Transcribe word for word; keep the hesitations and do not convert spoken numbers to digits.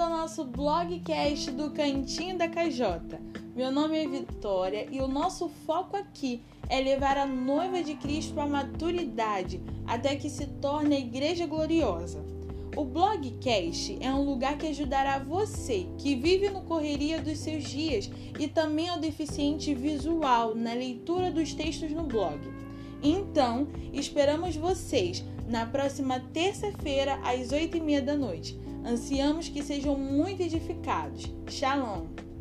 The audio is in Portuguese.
ao nosso blogcast do Cantinho da Cajota. Meu nome é Vitória e o nosso foco aqui é levar a noiva de Cristo à maturidade até que se torne a Igreja Gloriosa. O blogcast é um lugar que ajudará você que vive no correria dos seus dias e também ao deficiente visual na leitura dos textos no blog. Então, esperamos vocês na próxima terça-feira às oito e meia da noite. Ansiamos que sejam muito edificados. Shalom!